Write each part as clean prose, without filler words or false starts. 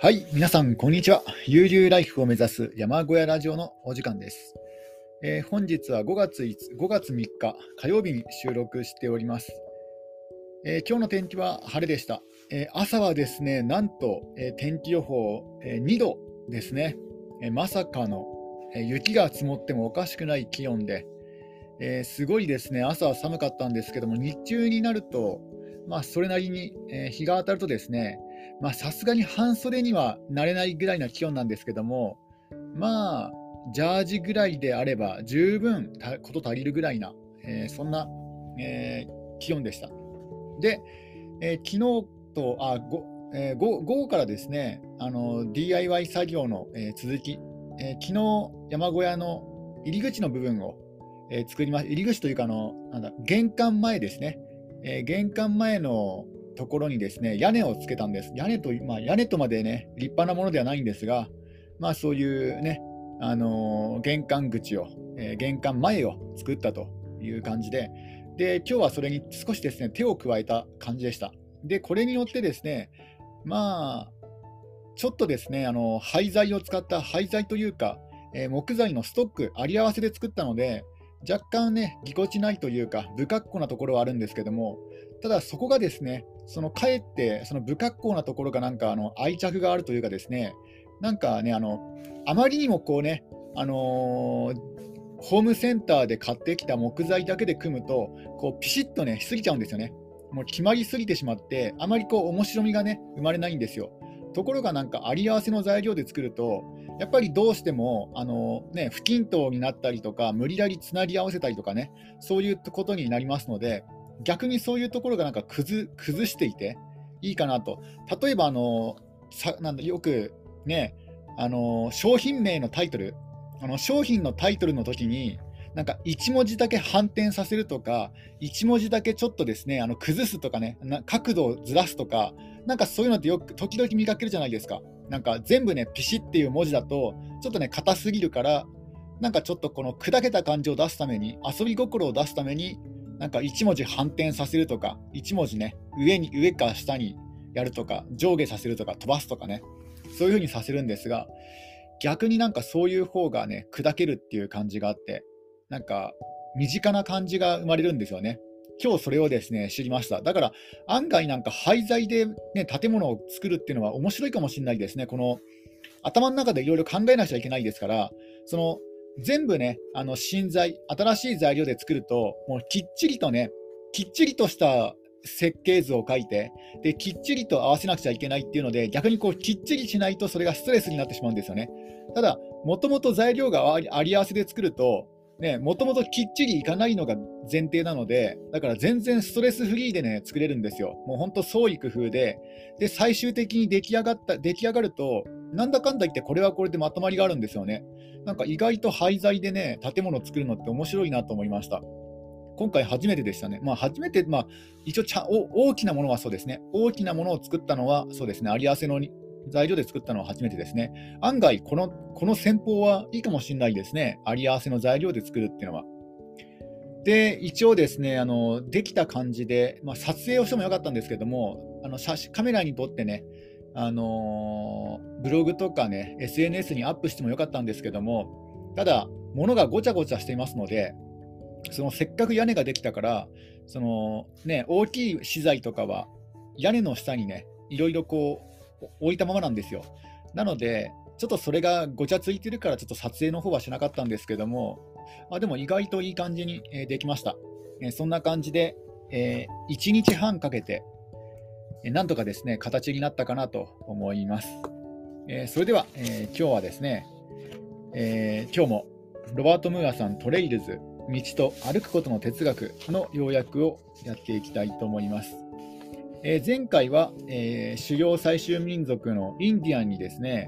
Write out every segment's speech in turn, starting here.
はい、皆さん、こんにちは。悠々ライフを目指す山小屋ラジオのお時間です。本日は5月3日火曜日に収録しております。今日の天気は晴れでした。朝はですね、なんと、天気予報、2度ですね。まさかの、雪が積もってもおかしくない気温で、すごいですね、朝は寒かったんですけども、日中になると、それなりに、日が当たるとですね、さすがに半袖にはなれないぐらいな気温なんですけども、まあ、ジャージぐらいであれば十分こと足りるぐらいな、そんな、気温でした。で、昨日と、午後からですね、DIY 作業の、続き、昨日山小屋の入り口の部分を作りま入り口というか玄関前ですね、玄関前のところにですね、屋根をつけたんです。屋根とまでね、立派なものではないんですが、そういうね、玄関口を、玄関前を作ったという感じで、今日はそれに少しですね、手を加えた感じでした。で、これによってですね、まあ、ちょっとですね、廃材を使った廃材というか、木材のストック、あり合わせで作ったので、若干ね、ぎこちないというか、不格好なところはあるんですけども、ただそこがですね、かえってその不格好なところが愛着があるというかですね、あまりにもこうね、ホームセンターで買ってきた木材だけで組むと、こうピシッとね、しすぎちゃうんですよね。もう決まりすぎてしまって、あまりこう面白みがね、生まれないんですよ。ところがあり合わせの材料で作ると、やっぱりどうしても不均等になったりとか、無理やりつなぎ合わせたりとかね、そういうことになりますので、逆にそういうところが崩していていいかなと。例えばよくね、商品名のタイトル、商品のタイトルの時に、1文字だけ反転させるとか、1文字だけちょっとですね、崩すとかね、角度をずらすとか、そういうのってよく時々見かけるじゃないですか。全部ね、ピシッっていう文字だと、ちょっとね、硬すぎるから、ちょっとこの砕けた感じを出すために、遊び心を出すために、1文字反転させるとか、1文字ね、上か下にやるとか、上下させるとか、飛ばすとかね、そういう風にさせるんですが、逆にそういう方がね、砕けるっていう感じがあって、身近な感じが生まれるんですよね。今日それをですね、知りました。だから案外廃材でね、建物を作るっていうのは面白いかもしれないですね。この頭の中でいろいろ考えなくちゃいけないですから、全部ね、新しい材料で作ると、もうきっちりとした設計図を書いて、で、きっちりと合わせなくちゃいけないっていうので、逆にこう、きっちりしないとそれがストレスになってしまうんですよね。ただ、もともと材料があり合わせで作ると、ね、もともときっちりいかないのが前提なので、だから全然ストレスフリーでね、作れるんですよ。もう本当創意工夫で、最終的に出来上がると、なんだかんだ言ってこれはこれでまとまりがあるんですよね。意外と廃材でね、建物を作るのって面白いなと思いました。今回初めてでしたね。初めて、一応大きなものはそうですね。大きなものを作ったのはそうですね。あり合わせの材料で作ったのは初めてですね。案外、この戦法はいいかもしれないですね。あり合わせの材料で作るっていうのは。で、一応ですね、できた感じで、撮影をしてもよかったんですけども、カメラに撮ってね、ブログとかね、SNS にアップしてもよかったんですけども、ただ、物がごちゃごちゃしていますので、せっかく屋根ができたから、大きい資材とかは屋根の下にね、いろいろこう置いたままなんですよ。なので、ちょっとそれがごちゃついてるから、ちょっと撮影の方はしなかったんですけども、でも意外といい感じにできました。そんな感じで、1日半かけて、なんとかですね、形になったかなと思います。それでは、今日はですね、今日もロバート・ムーアさんトレイルズ道と歩くことの哲学の要約をやっていきたいと思います。前回は、狩猟採集民族のインディアンにですね、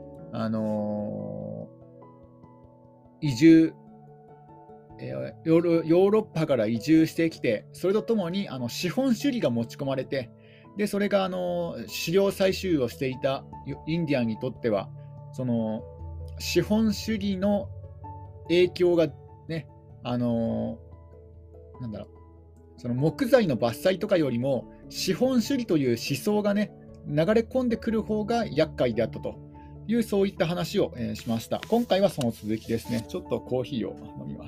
移住、ヨーロッパから移住してきて、それとともに資本主義が持ち込まれて、でそれが狩猟採集をしていたインディアンにとっては、資本主義の影響がね、その木材の伐採とかよりも資本主義という思想がね、 流れ込んでくる方が厄介であったという、そういった話を、しました。今回はその続きですね。ちょっとコーヒーを飲みます。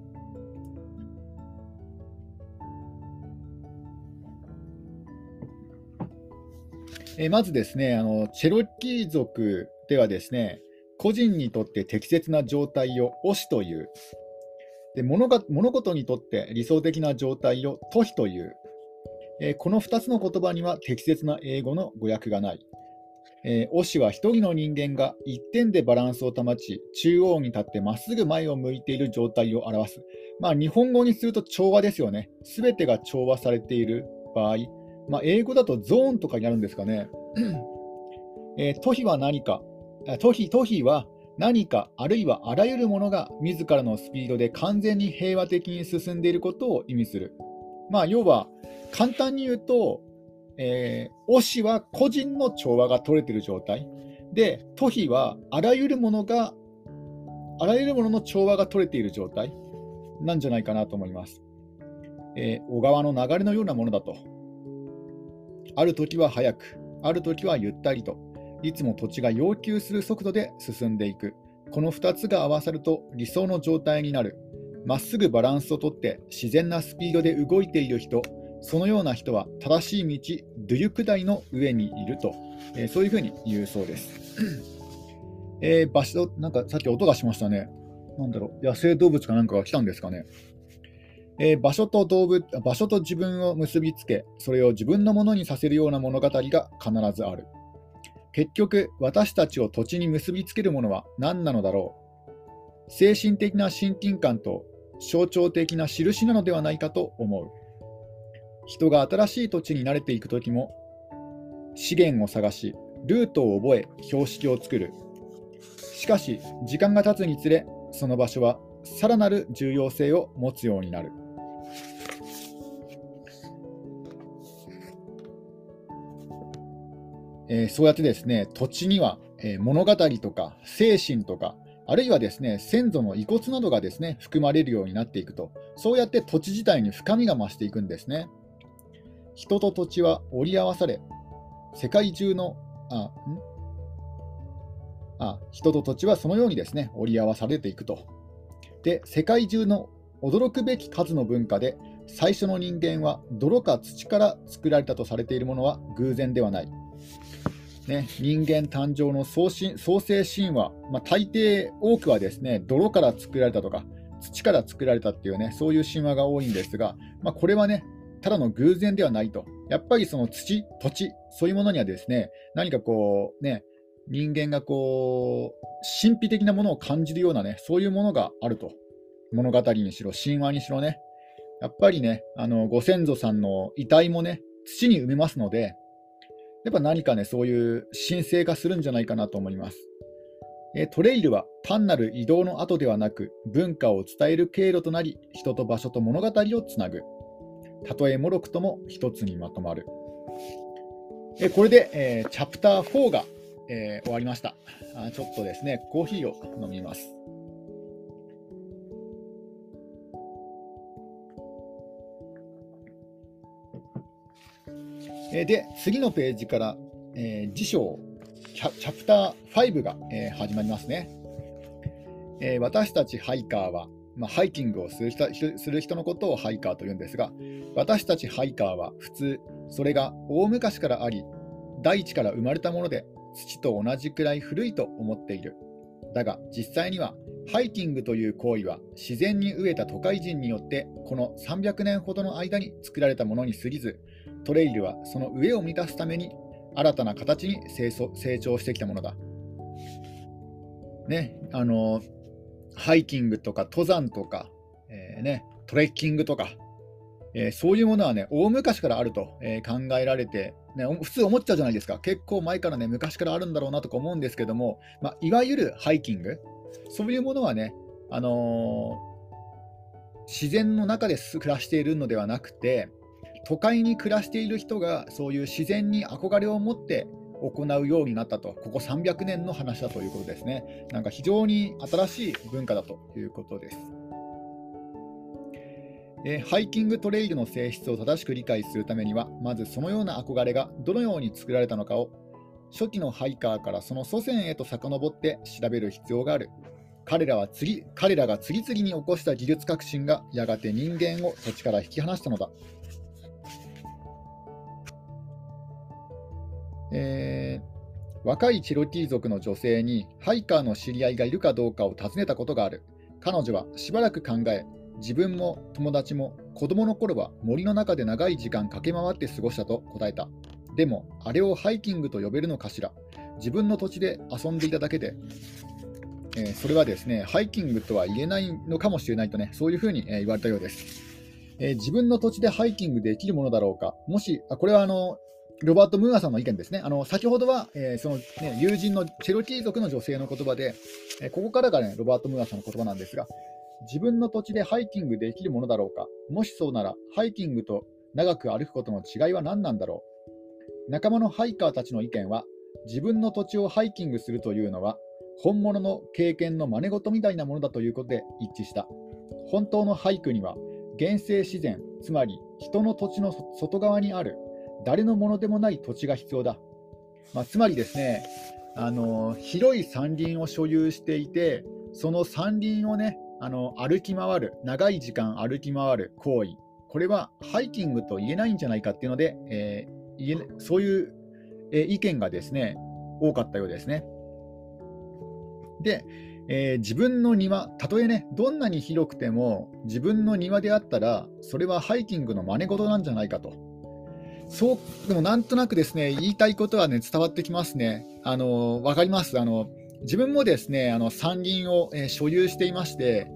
まずですね、チェロキー族ではですね、個人にとって適切な状態をオシという、で物事にとって理想的な状態をトヒという、この2つの言葉には適切な英語の語訳がない。オシは一人の人間が一点でバランスを保ち、中央に立ってまっすぐ前を向いている状態を表す。日本語にすると調和ですよね。すべてが調和されている場合、英語だとゾーンとかになるんですかね。トヒは何か、トヒは何か、あるいはあらゆるものが自らのスピードで完全に平和的に進んでいることを意味する。要は、簡単に言うと、オシは個人の調和が取れている状態で、トヒはあらゆるものの調和が取れている状態なんじゃないかなと思います。小川の流れのようなものだと。ある時は速く、ある時はゆったりと、いつも土地が要求する速度で進んでいく。この2つが合わさると理想の状態になる。まっすぐバランスをとって自然なスピードで動いている人、そのような人は正しい道、ドゥユク台の上にいると、そういうふうに言うそうです。場所、なんかさっき音がしましたね。なんだろう、野生動物かなんかが来たんですかね。場所と自分を結びつけ、それを自分のものにさせるような物語が必ずある。結局、私たちを土地に結びつけるものは何なのだろう。精神的な親近感と象徴的な印なのではないかと思う。人が新しい土地に慣れていくときも、資源を探し、ルートを覚え、標識を作る。しかし、時間が経つにつれ、その場所はさらなる重要性を持つようになる。そうやってですね、土地には、物語とか精神とか、あるいはですね、先祖の遺骨などがですね、含まれるようになっていくと、そうやって土地自体に深みが増していくんですね。人と土地は折り合わされ、世界中の、人と土地はそのようにですね、折り合わされていくと。で、世界中の驚くべき数の文化で、最初の人間は泥か土から作られたとされているものは偶然ではない。人間誕生の創世神話、大抵多くはですね、泥から作られたとか、土から作られたっていうね、そういう神話が多いんですが、これはね、ただの偶然ではないと。やっぱりその土地、そういうものにはですね、何か人間が神秘的なものを感じるようなね、そういうものがあると。物語にしろ、神話にしろね。やっぱりね、ご先祖さんの遺体もね、土に埋めますので、やっぱ何かね、そういう神聖化するんじゃないかなと思います。トレイルは単なる移動の後ではなく、文化を伝える経路となり、人と場所と物語をつなぐ。たとえ脆くとも一つにまとまる。これで、チャプター4が、終わりました。ちょっとですね、コーヒーを飲みます。で、次のページから、次章、チャプター5が、始まりますね。私たちハイカーは、ハイキングをする人のことをハイカーと言うんですが、私たちハイカーは普通、それが大昔からあり、大地から生まれたもので、土と同じくらい古いと思っている。だが実際には、ハイキングという行為は自然に飢えた都会人によってこの300年ほどの間に作られたものに過ぎず、トレイルはその上を満たすために新たな形に成長してきたものだ。ね、ハイキングとか登山とか、トレッキングとか、そういうものはね、大昔からあると、考えられて、普通思っちゃうじゃないですか。結構前からね、昔からあるんだろうなとか思うんですけども、いわゆるハイキング、そういうものはね、自然の中で暮らしているのではなくて、都会に暮らしている人がそういう自然に憧れを持って行うようになったと、ここ300年の話だということですね。なんか非常に新しい文化だということです。 ハイキングトレイルの性質を正しく理解するためには、まずそのような憧れがどのように作られたのかを初期のハイカーからその祖先へと遡って調べる必要がある。彼らが次々に起こした技術革新がやがて人間を土地から引き離したのだ。若いチェロキー族の女性にハイカーの知り合いがいるかどうかを尋ねたことがある。彼女はしばらく考え、自分も友達も子供の頃は森の中で長い時間駆け回って過ごしたと答えた。でも、あれをハイキングと呼べるのかしら。自分の土地で遊んでいただけで、それはですね、ハイキングとは言えないのかもしれないとね、そういうふうに言われたようです。自分の土地でハイキングできるものだろうか。もし、これはロバート・ムーアさんの意見ですね。先ほどは、その、ね、友人のチェロキー族の女性の言葉で、ここからが、ね、ロバート・ムーアさんの言葉なんですが、自分の土地でハイキングできるものだろうか。もしそうなら、ハイキングと長く歩くことの違いは何なんだろう。仲間のハイカーたちの意見は、自分の土地をハイキングするというのは、本物の経験の真似事みたいなものだということで一致した。本当のハイクには、原生自然、つまり人の土地の外側にある誰のものでもない土地が必要だ。つまりですね、広い山林を所有していて、その山林をね、歩き回る、長い時間歩き回る行為、これはハイキングと言えないんじゃないかっていうので、そういう、意見がですね、多かったようですね。で、自分の庭、たとえね、どんなに広くても自分の庭であったら、それはハイキングの真似事なんじゃないかと。でもなんとなくですね、言いたいことはね、伝わってきますね。わかります。自分もですね、山林を、所有していまして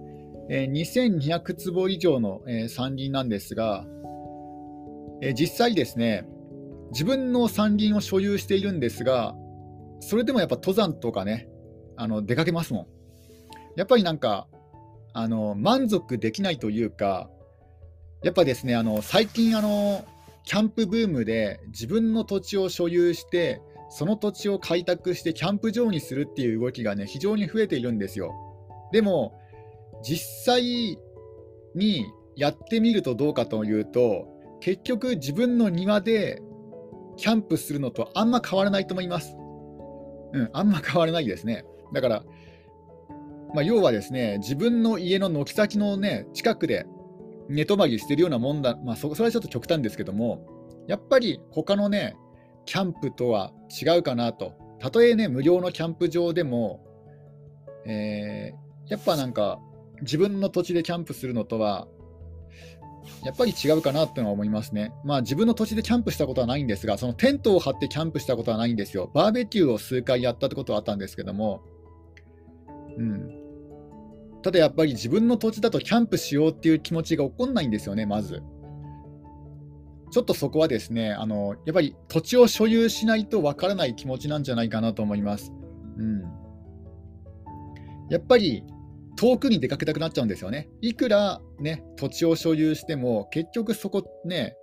、2200坪以上の、山林なんですが、実際ですね、自分の山林を所有しているんですが、それでもやっぱ登山とかね、出かけますもん。やっぱりなんか、満足できないというか、やっぱですね、最近キャンプブームで自分の土地を所有して、その土地を開拓してキャンプ場にするっていう動きがね、非常に増えているんですよ。でも、実際にやってみるとどうかというと、結局自分の庭でキャンプするのとあんま変わらないと思います。あんま変わらないですね。だから、要はですね、自分の家の軒先のね、近くで寝泊まりしてるようなもんだ、それはちょっと極端ですけども、やっぱり他のね、キャンプとは違うかなと。たとえね、無料のキャンプ場でも、やっぱなんか、自分の土地でキャンプするのとは、やっぱり違うかなってのは思いますね。自分の土地でキャンプしたことはないんですが、そのテントを張ってキャンプしたことはないんですよ。バーベキューを数回やったってことはあったんですけども、ただやっぱり自分の土地だとキャンプしようっていう気持ちが起こんないんですよね、まず。ちょっとそこはですね、やっぱり土地を所有しないとわからない気持ちなんじゃないかなと思います。やっぱり遠くに出かけたくなっちゃうんですよね。いくらね、土地を所有しても、結局そこね、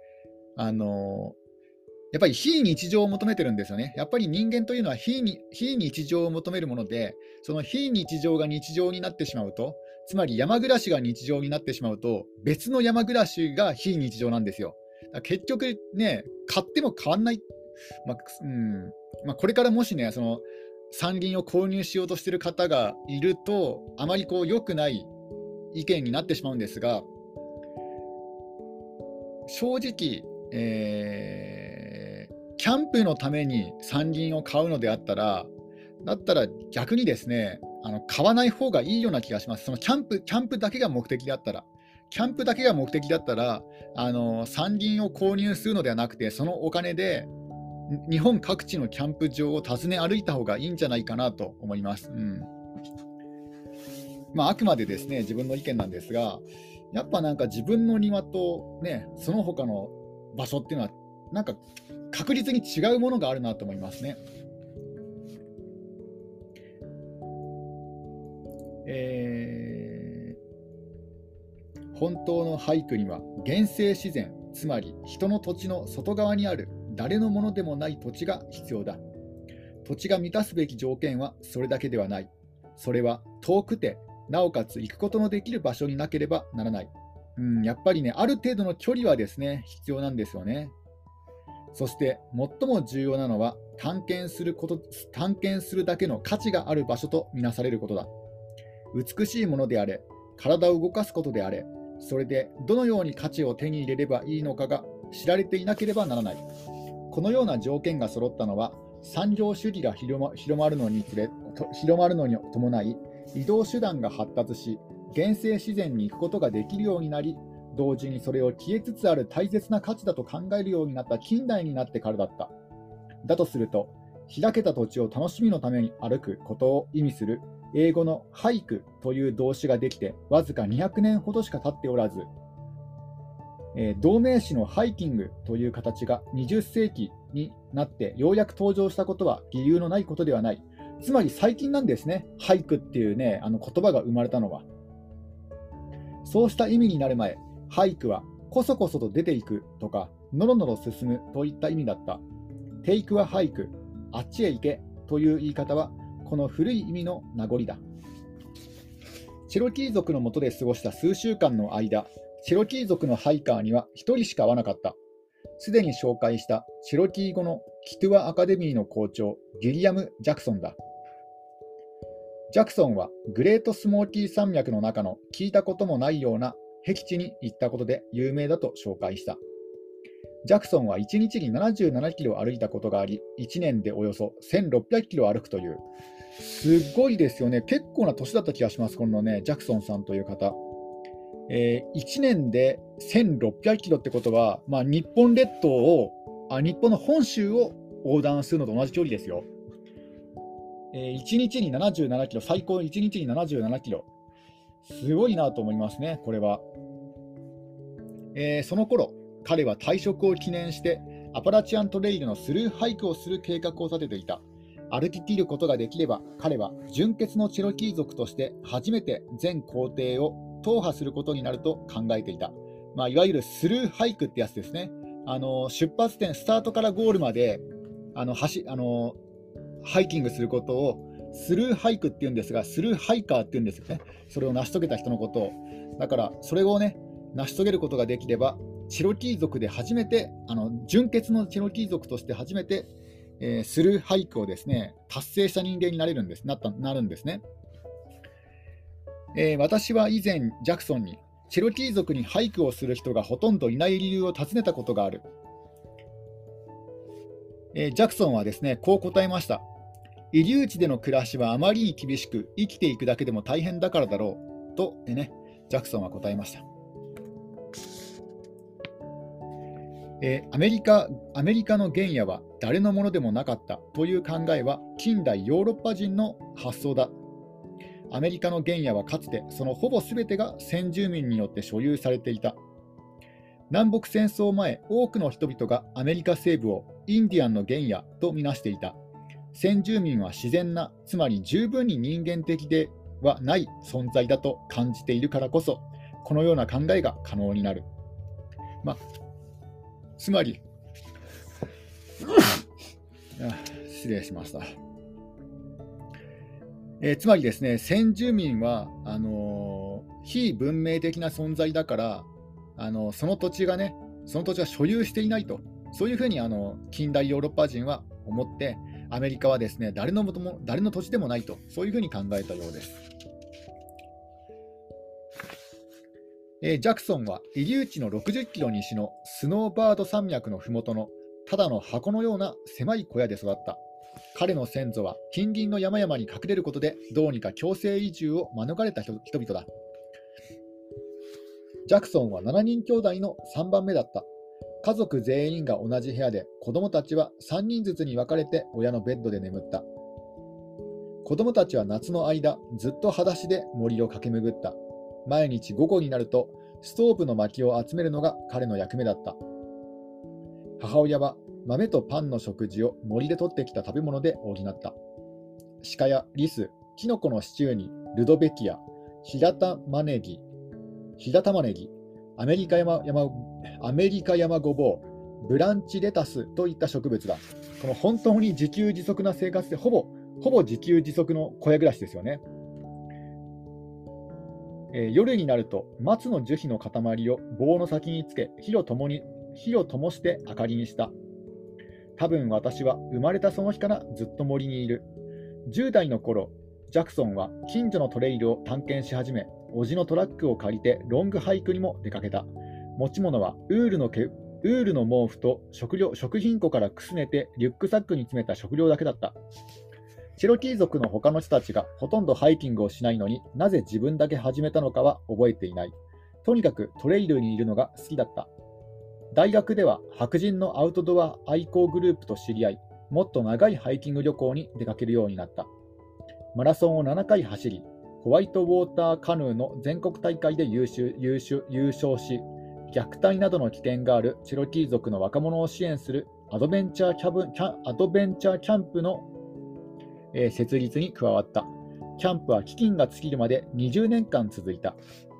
やっぱり非日常を求めてるんですよね。やっぱり人間というのは非日常を求めるもので、その非日常が日常になってしまうと、つまり山暮らしが日常になってしまうと、別の山暮らしが非日常なんですよ。だから結局ね、買っても変わんない。これからもしね、その山林を購入しようとしている方がいると、あまりこう良くない意見になってしまうんですが、正直、キャンプのために山林を買うのであったら、逆にですね、買わない方がいいような気がします。そのキャンプだけが目的だったら、山林を購入するのではなくて、そのお金で日本各地のキャンプ場を訪ね歩いた方がいいんじゃないかなと思います。あくまでですね、自分の意見なんですが、やっぱなんか自分の庭とね、その他の場所っていうのは、なんか確実に違うものがあるなと思いますね。本当のハイクには原生自然、つまり人の土地の外側にある誰のものでもない土地が必要だ。土地が満たすべき条件はそれだけではない。それは遠くて、なおかつ行くことのできる場所になければならない。 やっぱりね、ある程度の距離はですね、必要なんですよね。そして最も重要なのは探検するだけの価値がある場所とみなされることだ。美しいものであれ、体を動かすことであれ、それでどのように価値を手に入れればいいのかが知られていなければならない。このような条件が揃ったのは、産業主義が広まるのに伴い、移動手段が発達し、現世自然に行くことができるようになり、同時にそれを消えつつある大切な価値だと考えるようになった近代になってからだった。だとすると、開けた土地を楽しみのために歩くことを意味する英語のハイクという動詞ができてわずか200年ほどしか経っておらず、同名詞のハイキングという形が20世紀になってようやく登場したことは理由のないことではない。つまり最近なんですね、ハイクっていうね、言葉が生まれたのは。そうした意味になる前、ハイクはこそこそと出ていくとか、のろのろ進むといった意味だった。テイクはハイク、あっちへ行けという言い方は、この古い意味の名残だ。チェロキー族の下で過ごした数週間の間、チェロキー族のハイカーには1人しか会わなかった。すでに紹介したチェロキー語のキトゥアアカデミーの校長、ギリアム・ジャクソンだ。ジャクソンはグレートスモーキー山脈の中の聞いたこともないような僻地に行ったことで有名だと紹介した。ジャクソンは1日に77キロ歩いたことがあり、1年でおよそ1600キロ歩くという。すごいですよね。結構な年だった気がします、このね、ジャクソンさんという方。1年で1600キロってことは、日本の本州を横断するのと同じ距離ですよ。1日に77キロ、最高1日に77キロ。すごいなと思いますね、これは。その頃、彼は退職を記念してアパラチアントレイルのスルーハイクをする計画を立てていた。歩き切ることができれば、彼は純血のチェロキー族として初めて全行程を踏破することになると考えていた。いわゆるスルーハイクってやつですね。出発点、スタートからゴールまでハイキングすることをスルーハイクっていうんですが、スルーハイカーっていうんですよね。それを成し遂げた人のことを。だから、それをね、成し遂げることができれば、チェロキー族で初めて、純血のチェロキー族として初めて、スルーハイクをですね、達成した人間になるんですね。私は以前、ジャクソンに、チェロキー族にハイクをする人がほとんどいない理由を尋ねたことがある。ジャクソンはですね、こう答えました。イリューチでの暮らしはあまりに厳しく、生きていくだけでも大変だからだろうと、ね、ジャクソンは答えました。アメリカの原野は誰のものでもなかったという考えは近代ヨーロッパ人の発想だ。アメリカの原野はかつてそのほぼ全てが先住民によって所有されていた。南北戦争前、多くの人々がアメリカ西部をインディアンの原野とみなしていた。先住民は自然な、つまり十分に人間的ではない存在だと感じているからこそ、このような考えが可能になる。つまり失礼しました。つまりですね、先住民は非文明的な存在だから、その土地は所有していないと、そういうふうに近代ヨーロッパ人は思って、アメリカはですね、誰の土地でもないと、そういうふうに考えたようです。ジャクソンはイリューチの60キロ西のスノーバード山脈のふもとのただの箱のような狭い小屋で育った。彼の先祖は近隣の山々に隠れることでどうにか強制移住を免れた人々だ。ジャクソンは7人兄弟の3番目だった。家族全員が同じ部屋で、子供たちは3人ずつに分かれて親のベッドで眠った。子供たちは夏の間、ずっと裸足で森を駆け巡った。毎日午後になると、ストーブの薪を集めるのが彼の役目だった。母親は豆とパンの食事を森で取ってきた食べ物で補った。鹿やリス、キノコのシチューにルドベキア、平玉ねぎ、アメリカ山ごぼう、ブランチレタスといった植物だ。この本当に自給自足な生活でほぼ自給自足の小屋暮らしですよね。 夜になると松の樹皮の塊を棒の先につけ、火を灯して明かりにした。多分私は生まれたその日からずっと森にいる。10代の頃、ジャクソンは近所のトレイルを探検し始め、叔父のトラックを借りてロングハイクにも出かけた。持ち物はウールの毛布と食品庫からくすねてリュックサックに詰めた食料だけだった。チェロキー族の他の人たちがほとんどハイキングをしないのになぜ自分だけ始めたのかは覚えていない。とにかくトレイルにいるのが好きだった。大学では白人のアウトドア愛好グループと知り合い、もっと長いハイキング旅行に出かけるようになった。マラソンを7回走り、ホワイトウォーターカヌーの全国大会で優勝し、虐待などの危険があるチェロキー族の若者を支援するアドベンチャーキャンプの、設立に加わった。キャンプは飢饉が尽きるまで20年間続いた。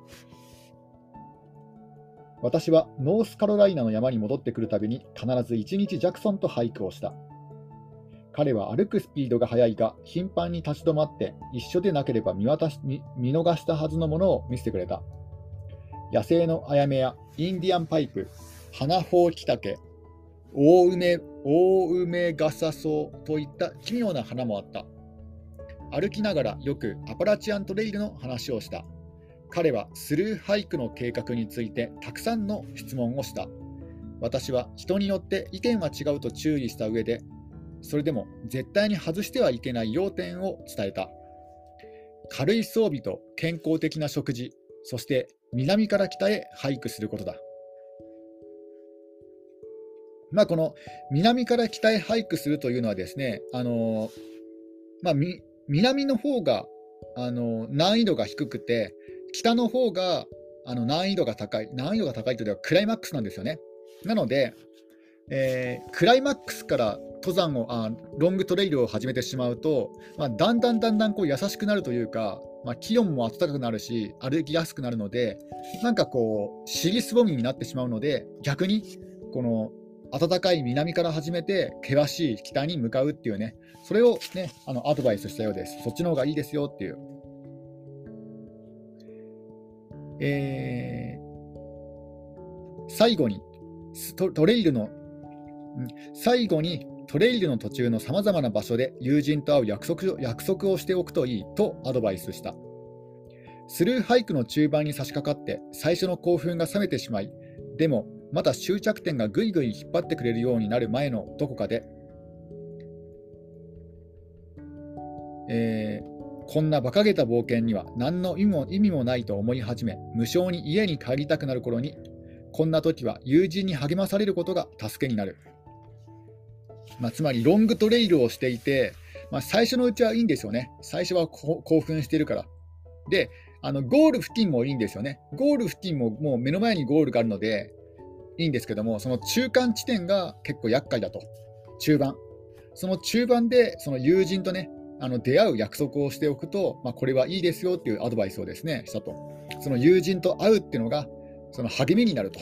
私はノースカロライナの山に戻ってくるたびに必ず1日ジャクソンとハイクをした。彼は歩くスピードが速いが頻繁に立ち止まって一緒でなければ見逃したはずのものを見せてくれた。野生のアヤメやインディアンパイプ、ハナホウキタケ、オオウメガサソウといった奇妙な花もあった。歩きながらよくアパラチアントレイルの話をした。彼はスルーハイクの計画についてたくさんの質問をした。私は人によって意見は違うと注意した上で、それでも絶対に外してはいけない要点を伝えた。軽い装備と健康的な食事、そして南から北へハイクすることだ。この南から北へハイクするというのはですね、南の方が難易度が低くて、北の方が難易度が高いというのはクライマックスなんですよね。なので、クライマックスからロングトレイルを始めてしまうと、だんだんこう優しくなるというか、気温も暖かくなるし歩きやすくなるので、尻すぼみになってしまうので、逆にこの暖かい南から始めて険しい北に向かうっていうね、それをねアドバイスしたようです。そっちの方がいいですよっていう。最後にトレイルの途中のさまざまな場所で友人と会う約束をしておくといいとアドバイスした。スルーハイクの中盤に差し掛かって最初の興奮が冷めてしまい、でもまた終着点がぐいぐい引っ張ってくれるようになる前のどこかで、こんな馬鹿げた冒険には何の意味もないと思い始め、無性に家に帰りたくなる頃に、こんな時は友人に励まされることが助けになる。つまりロングトレイルをしていて、最初のうちはいいんですよね。最初は興奮しているから。で、ゴール付近もいいんですよね。ゴール付近ももう目の前にゴールがあるのでいいんですけども、その中間地点が結構厄介だと。その中盤でその友人とね、出会う約束をしておくと、これはいいですよっていうアドバイスをですねしたと。その友人と会うっていうのがその励みになると。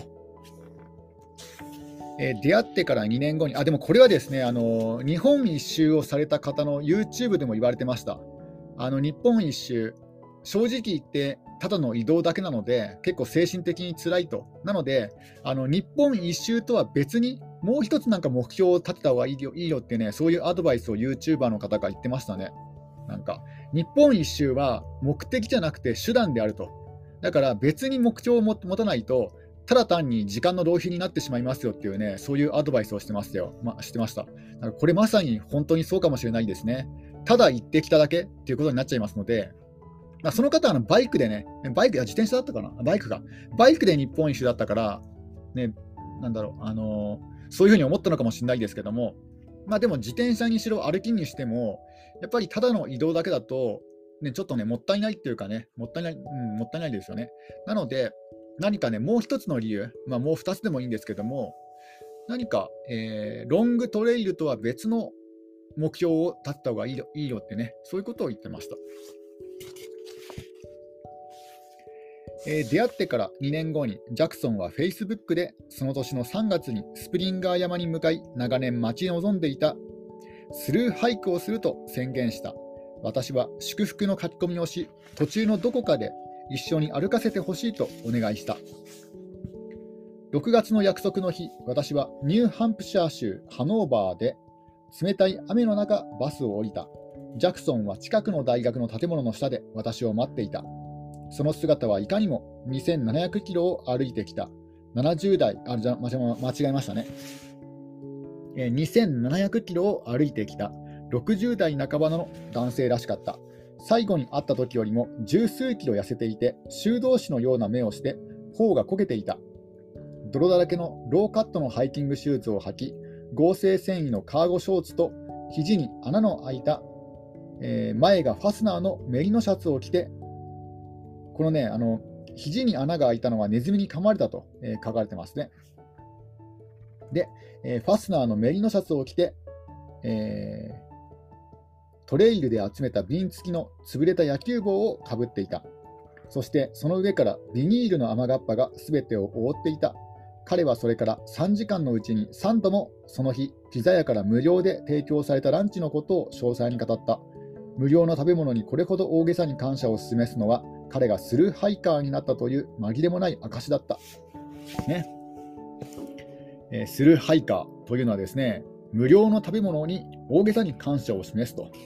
出会ってから2年後に、でもこれはですね、日本一周をされた方の YouTube でも言われてました。日本一周、正直言ってただの移動だけなので結構精神的に辛いと。なので日本一周とは別にもう一つ目標を立てた方がいいよってね、そういうアドバイスを YouTuber の方が言ってましたね。日本一周は目的じゃなくて手段であると。だから別に目標を持たないとただ単に時間の浪費になってしまいますよっていうね、そういうアドバイスをしてました。これまさに本当にそうかもしれないですね。ただ行ってきただけっていうことになっちゃいますので、その方はバイクでね、自転車だったかな、バイクで日本一周だったから、ね、そういうふうに思ったのかもしれないですけども、でも自転車にしろ歩きにしても、やっぱりただの移動だけだと、ちょっとね、もったいないっていうかね、もったいないですよね。なので、何かね、もう一つの理由、もう二つでもいいんですけども、何か、ロングトレイルとは別の目標を立てた方がいいよってね、そういうことを言ってました。出会ってから2年後にジャクソンは Facebook でその年の3月にスプリンガー山に向かい長年待ち望んでいたスルーハイクをすると宣言した。私は祝福の書き込みをし、途中のどこかで一緒に歩かせてほしいとお願いした。6月の約束の日、私はニューハンプシャー州ハノーバーで冷たい雨の中バスを降りた。ジャクソンは近くの大学の建物の下で私を待っていた。その姿はいかにも2700キロを歩いてきた70代、間違えましたね。2700キロを歩いてきた60代半ばの男性らしかった。最後に会った時よりも十数キロ痩せていて、修道士のような目をして頬がこけていた。泥だらけのローカットのハイキングシューズを履き、合成繊維のカーゴショーツと肘に穴の開いた、前がファスナーのメリノシャツを着て、このね、肘に穴が開いたのはネズミに噛まれたと、書かれてますね。で、ファスナーのメリノシャツを着て、トレイルで集めた瓶付きの潰れた野球帽をかぶっていた。そしてその上からビニールの雨がっぱが全てを覆っていた。彼はそれから3時間のうちに3度もその日、ピザ屋から無料で提供されたランチのことを詳細に語った。無料の食べ物にこれほど大げさに感謝を示すのは、彼がスルーハイカーになったという紛れもない証だった。ね。スルーハイカーというのはですね、無料の食べ物に大げさに感謝を示すと。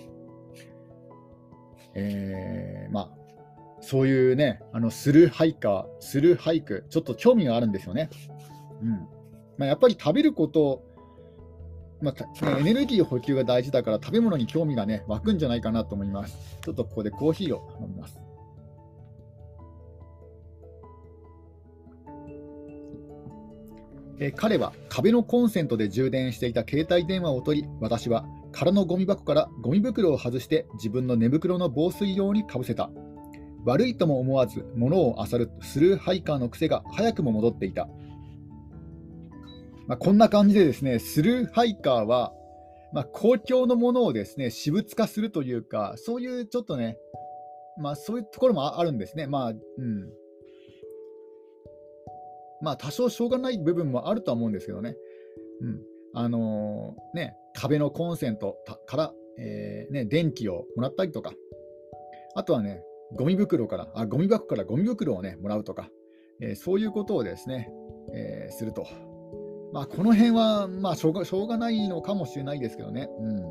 そういうね、スルーハイカー、スルーハイク、ちょっと興味があるんですよね。やっぱり食べること、エネルギー補給が大事だから食べ物に興味がね、湧くんじゃないかなと思います。ちょっとここでコーヒーを飲みます。彼は壁のコンセントで充電していた携帯電話を取り、私は空のゴミ箱からゴミ袋を外して自分の寝袋の防水用にかぶせた。悪いとも思わず物を漁るスルーハイカーの癖が早くも戻っていた。こんな感じでですね、スルーハイカーは、公共のものをですね、私物化するというか、そういうちょっとね、そういうところもあるんですね。多少しょうがない部分もあるとは思うんですけどね。壁のコンセントから、電気をもらったりとか、あとはね、ゴミ箱からゴミ袋をね、もらうとか、そういうことをですね、すると。この辺は、しょうがないのかもしれないですけどね。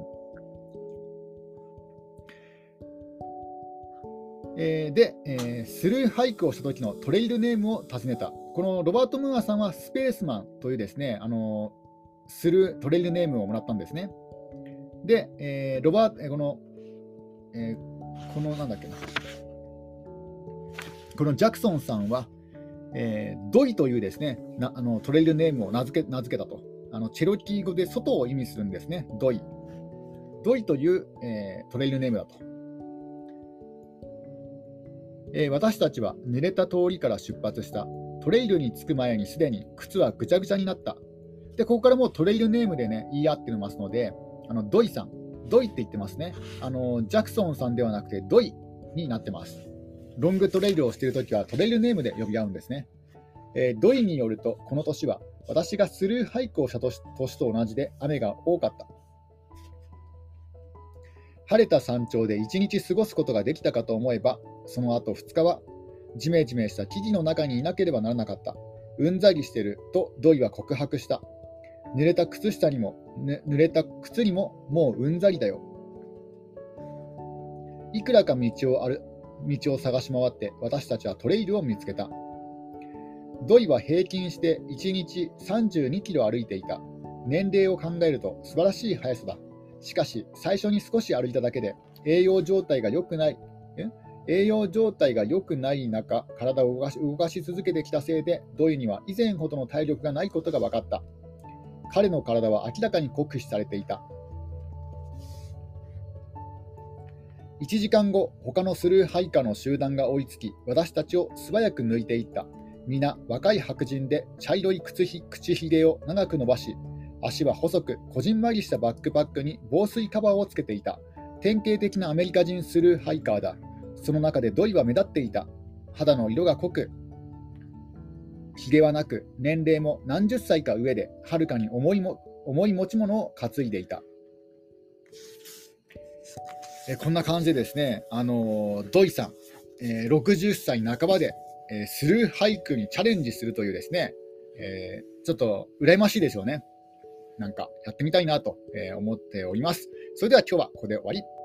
スルーハイクをした時のトレイルネームを尋ねた。このロバート・ムーアさんはスペースマンというですね、スルートレイルネームをもらったんですね。で、このジャクソンさんは、ドイというですね、トレイルネームを名付けたと。チェロキー語で外を意味するんですね。ドイという、トレイルネームだと。私たちは濡れた通りから出発した。トレイルに着く前にすでに靴はぐちゃぐちゃになった。で、ここからもうトレイルネームでね、言い合ってますので、ドイさん、ドイって言ってますね。ジャクソンさんではなくてドイになってます。ロングトレイルをしているときはトレイルネームで呼び合うんですね。ドイによると、この年は私がスルーハイクをした年と同じで雨が多かった。晴れた山頂で1日過ごすことができたかと思えば、その後2日はジメジメした木々の中にいなければならなかった。うんざりしてるとドイは告白した。濡れた靴にももううんざりだよ。いくらか道を探し回って私たちはトレイルを見つけた。ドイは平均して1日32キロ歩いていた。年齢を考えると素晴らしい速さだ。しかし最初に少し歩いただけで栄養状態が良くない中、体を動かし続けてきたせいで、ドイには以前ほどの体力がないことが分かった。彼の体は明らかに酷使されていた。1時間後、他のスルーハイカーの集団が追いつき、私たちを素早く抜いていった。皆若い白人で茶色い口ひげを長く伸ばし、足は細くこじんまりしたバックパックに防水カバーをつけていた。典型的なアメリカ人スルーハイカーだ。その中でドイは目立っていた。肌の色が濃く、ひげはなく、年齢も何十歳か上で、はるかに重い持ち物を担いでいた。こんな感じでですね、ドイさん、 60歳半ばで、スルー俳句にチャレンジするというですね、ちょっと羨ましいですよね。なんかやってみたいなと思っております。それでは今日はここで終わり。